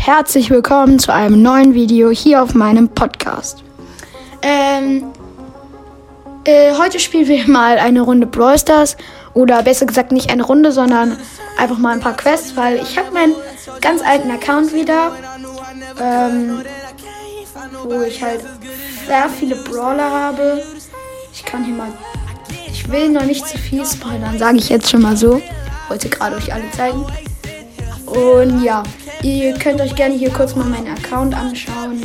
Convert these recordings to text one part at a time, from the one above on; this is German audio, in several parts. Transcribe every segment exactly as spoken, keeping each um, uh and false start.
herzlich willkommen zu einem neuen Video hier auf meinem Podcast. Ähm, äh, heute spielen wir mal eine Runde Brawl Stars oder besser gesagt nicht eine Runde, sondern einfach mal ein paar Quests, weil ich habe meinen ganz alten Account wieder, ähm, wo ich halt sehr viele Brawler habe. Ich kann hier mal, ich will noch nicht zu viel spoilern, sage ich jetzt schon mal so. Wollte gerade euch alle zeigen. Und ja, ihr könnt euch gerne hier kurz mal meinen Account anschauen.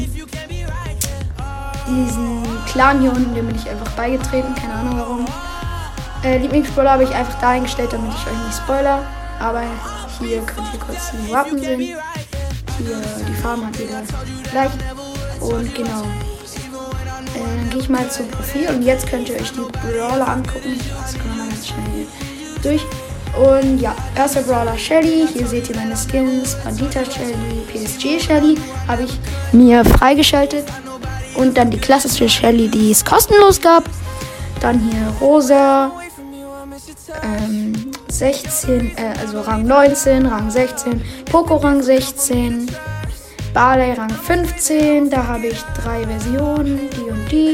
Diesen Clan hier unten, dem bin ich einfach beigetreten, keine Ahnung warum. Äh, Lieblingsbrawler habe ich einfach da eingestellt, damit ich euch nicht spoiler. Aber hier könnt ihr kurz die Wappen sehen. Hier, die Farben hat jeder gleich. Und genau. Äh, dann gehe ich mal zum Profil und jetzt könnt ihr euch die Brawler angucken. Das können wir mal ganz schnell durch. Und ja, erster Brawler Shelly, hier seht ihr meine Skins, Bandita Shelly, P S G Shelly habe ich mir freigeschaltet. Und dann die klassische Shelly, die es kostenlos gab. Dann hier Rosa, ähm, sechzehn, äh, also Rang neunzehn, Rang sechzehn, Poco Rang sechzehn, Barley Rang fünfzehn, da habe ich drei Versionen, die und die.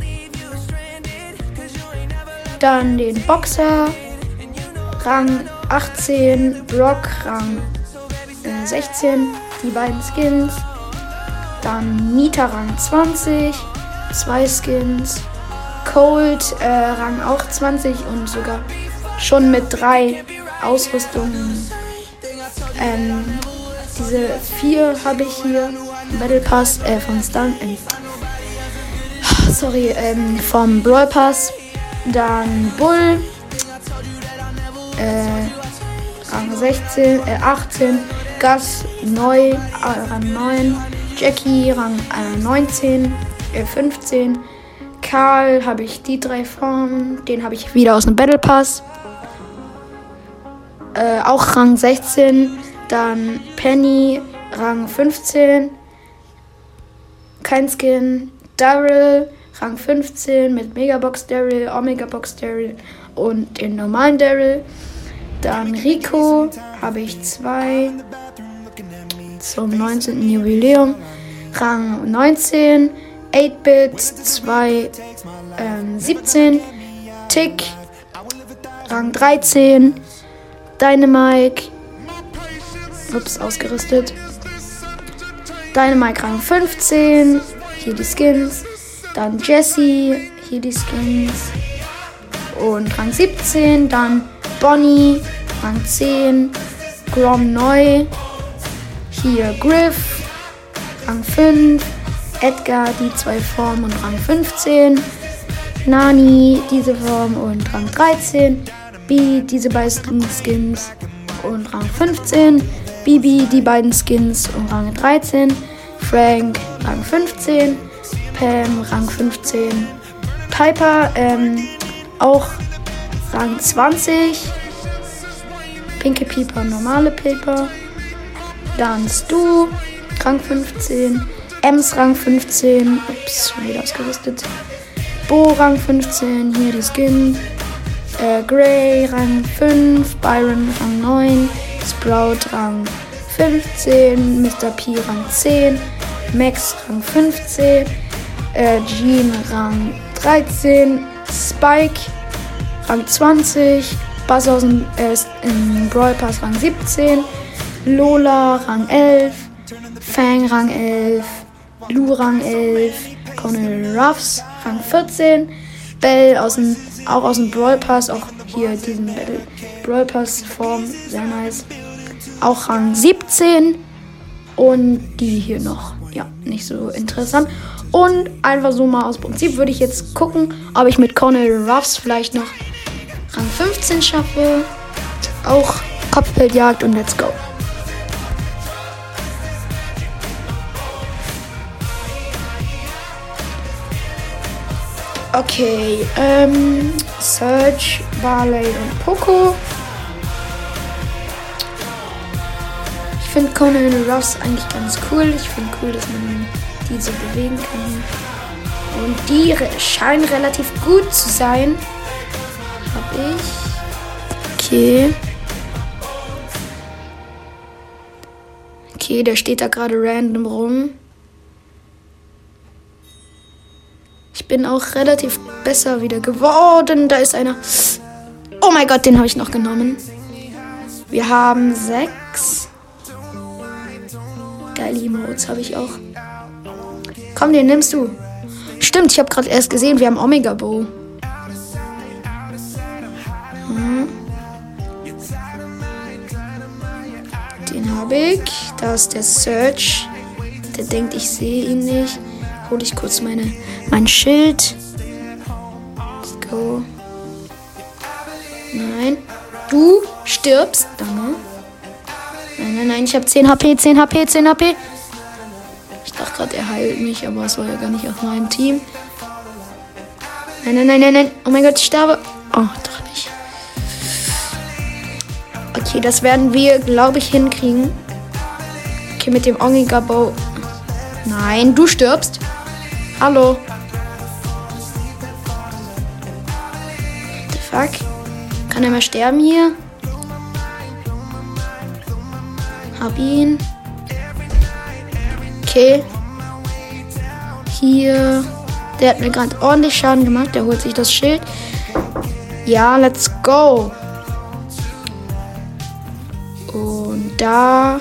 Dann den Boxer. Rang achtzehn, Brock Rang äh, sechzehn, die beiden Skins. Dann Nita Rang zwanzig, zwei Skins. Cold äh, Rang auch zwanzig und sogar schon mit drei Ausrüstungen. Ähm, diese vier habe ich hier im Battle Pass äh, vom Stun, äh, sorry, ähm, vom Brawl Pass. Dann Bull. Äh, Rang sechzehn, äh, achtzehn, Gus neu, äh, Rang neun, Jackie Rang äh, neunzehn, äh, fünfzehn, Karl habe ich die drei Formen, den habe ich wieder aus dem Battle Pass, äh, auch Rang sechzehn, dann Penny Rang fünfzehn, kein Skin, Daryl Rang fünfzehn mit Megabox Daryl, Omega Box Daryl und den normalen Daryl. Dann Rico habe ich zwei zum neunzehnten Jubiläum. Rang neunzehn, acht-Bit zwei, ähm, siebzehn, Tick Rang dreizehn, Dynamike, ups, ausgerüstet. Dynamike Rang fünfzehn, hier die Skins. Dann Jessie, hier die Skins. Und Rang siebzehn, dann Bonnie, Rang zehn, Grom neu, hier Griff, Rang fünf, Edgar, die zwei Formen und Rang fünfzehn, Nani, diese Form und Rang dreizehn, Bee, diese beiden Skins und Rang fünfzehn, Bibi, die beiden Skins und Rang dreizehn, Frank, Rang fünfzehn, Pam, Rang fünfzehn, Piper, ähm, auch Rang zwanzig, Pinke Piper, normale Piper, dann Stu, Rang fünfzehn, Ems Rang fünfzehn, ups, schon wieder ausgerüstet, Bo Rang fünfzehn, hier die Skin, äh, Gray Rang fünf, Byron Rang neun, Sprout Rang fünfzehn, Mister P Rang zehn, Max Rang fünfzehn, äh, Jean Rang dreizehn, Spike Rang zwanzig, Buzz aus dem äh, im Brawl Pass Rang siebzehn, Lola Rang elf, Fang Rang elf, Lou Rang elf, Colonel Ruffs Rang vierzehn, Bell aus dem, auch aus dem Brawl Pass, auch hier diesen Battle Brawl Pass Form, sehr nice, auch Rang siebzehn und die hier noch, ja, nicht so interessant. Und einfach so mal aus Prinzip würde ich jetzt gucken, ob ich mit Colonel Ruffs vielleicht noch Rang fünfzehn schaffe. Auch Kopfgeldjagd und let's go. Okay, ähm, Surge, Barley und Poco. Ich finde Colonel Ruffs eigentlich ganz cool. Ich finde cool, dass man die so bewegen kann. Und die re- scheinen relativ gut zu sein. Hab ich. Okay. Okay, Okay, der steht da gerade random rum. Ich bin auch relativ besser wieder geworden. Da ist einer. Oh mein Gott, den habe ich noch genommen. Wir haben sechs. Geile Emotes habe ich auch. Komm, den nimmst du. Stimmt, ich habe gerade erst gesehen, wir haben Omega Bow. Hm. Den habe ich. Da ist der Search. Der denkt, ich sehe ihn nicht. Hole ich kurz meine, mein Schild. Let's go. Nein. Du stirbst. Danke. Nein, nein, nein. Ich habe zehn HP, zehn HP, zehn HP. Ich dachte gerade, er heilt mich, aber es war ja gar nicht auf meinem Team. Nein, nein, nein, nein, nein. Oh mein Gott, ich sterbe. Oh, doch nicht. Okay, das werden wir, glaube ich, hinkriegen. Okay, mit dem Omega Bow. Nein, du stirbst. Hallo. What the fuck? Kann er mal sterben hier? Hab ihn. Okay. Hier. Der hat mir gerade ordentlich Schaden gemacht. Der holt sich das Schild. Ja, let's go. Und da.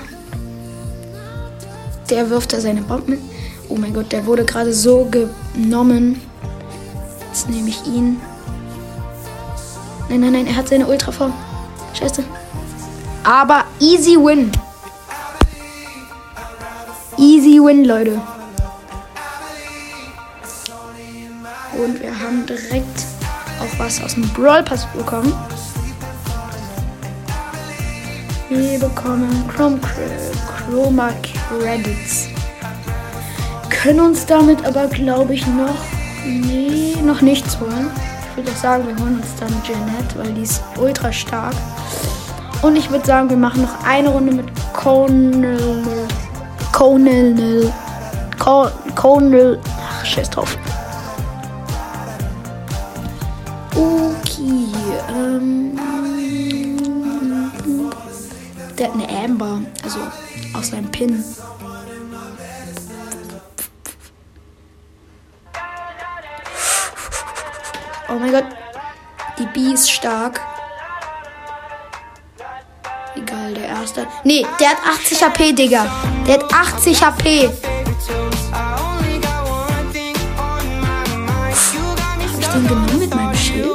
Der wirft da seine Bomben. Oh mein Gott, der wurde gerade so genommen. Jetzt nehme ich ihn. Nein, nein, nein, er hat seine Ultraform. Scheiße. Aber easy win. Easy win, Leute. Und wir haben direkt auch was aus dem Brawl Pass bekommen. Wir bekommen Chrome Chroma Credits. Können uns damit aber, glaube ich, noch, nee, noch nichts holen. Ich würde sagen, wir holen uns dann Jeanette, weil die ist ultra stark. Und ich würde sagen, wir machen noch eine Runde mit Conal. Conal. Conal. Ach, scheiß drauf. Okay. Ähm, der hat eine Amber. Also aus seinem Pin. Oh mein Gott. Die B ist stark. Egal, der erste. Nee, der hat achtzig HP, Digga. Der hat achtzig HP. Hab ich den genommen mit meinem Schild?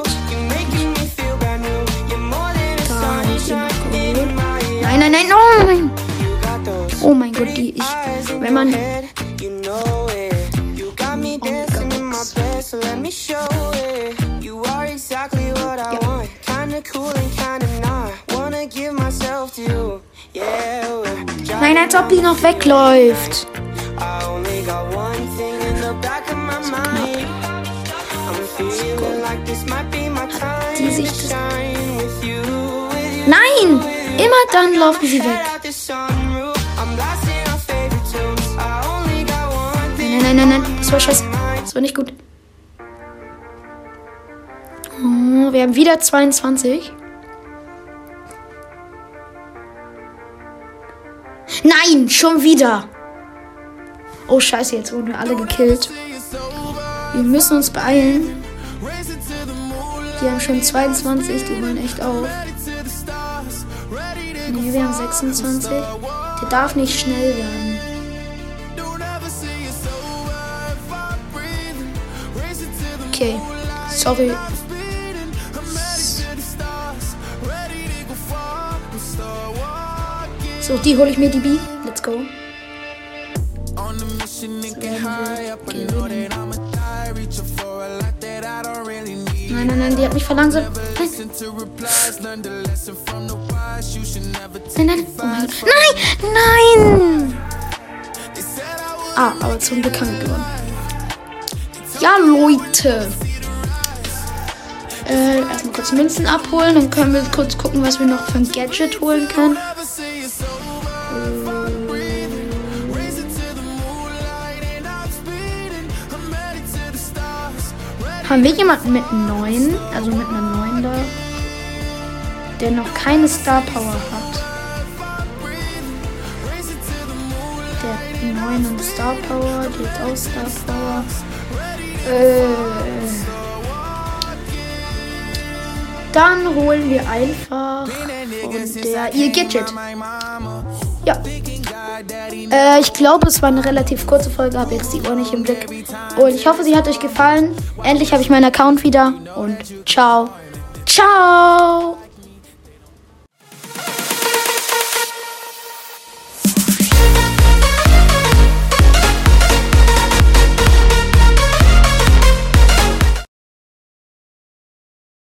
Da hab ich den noch geholt. Nein, nein, nein, oh nein. Oh mein Gott, die ich. Wenn man. Nein, als ob die noch wegläuft. Die sich das... Nein! Immer dann laufen sie weg. Nein, nein, nein, nein. Das war scheiße. Das war nicht gut. Oh, wir haben wieder zweiundzwanzig. Nein, schon wieder. Oh, scheiße, jetzt wurden wir alle gekillt. Wir müssen uns beeilen. Die haben schon zweiundzwanzig, die holen echt auf. Ne, wir haben sechsundzwanzig. Der darf nicht schnell werden. Okay, sorry. So, die hole ich mir, die B. Let's go. Nein, nein, nein, die hat mich verlangsamt. Nein. Nein, nein, oh mein Gott. Nein, nein. Ah, aber zum Glück haben wir gewonnen. Ja, Leute. Äh, erstmal kurz Münzen abholen. Dann können wir kurz gucken, was wir noch für ein Gadget holen können. Haben wir jemanden mit neun, also mit einer neun da, der noch keine Star Power hat? Der hat neun und Star Power. Die hat auch Star Power. Äh, dann holen wir einfach von der ihr Gadget. Ja. Äh, ich glaube, es war eine relativ kurze Folge. Habe jetzt die Uhr nicht im Blick. Und ich hoffe, sie hat euch gefallen. Endlich habe ich meinen Account wieder. Und ciao. Ciao.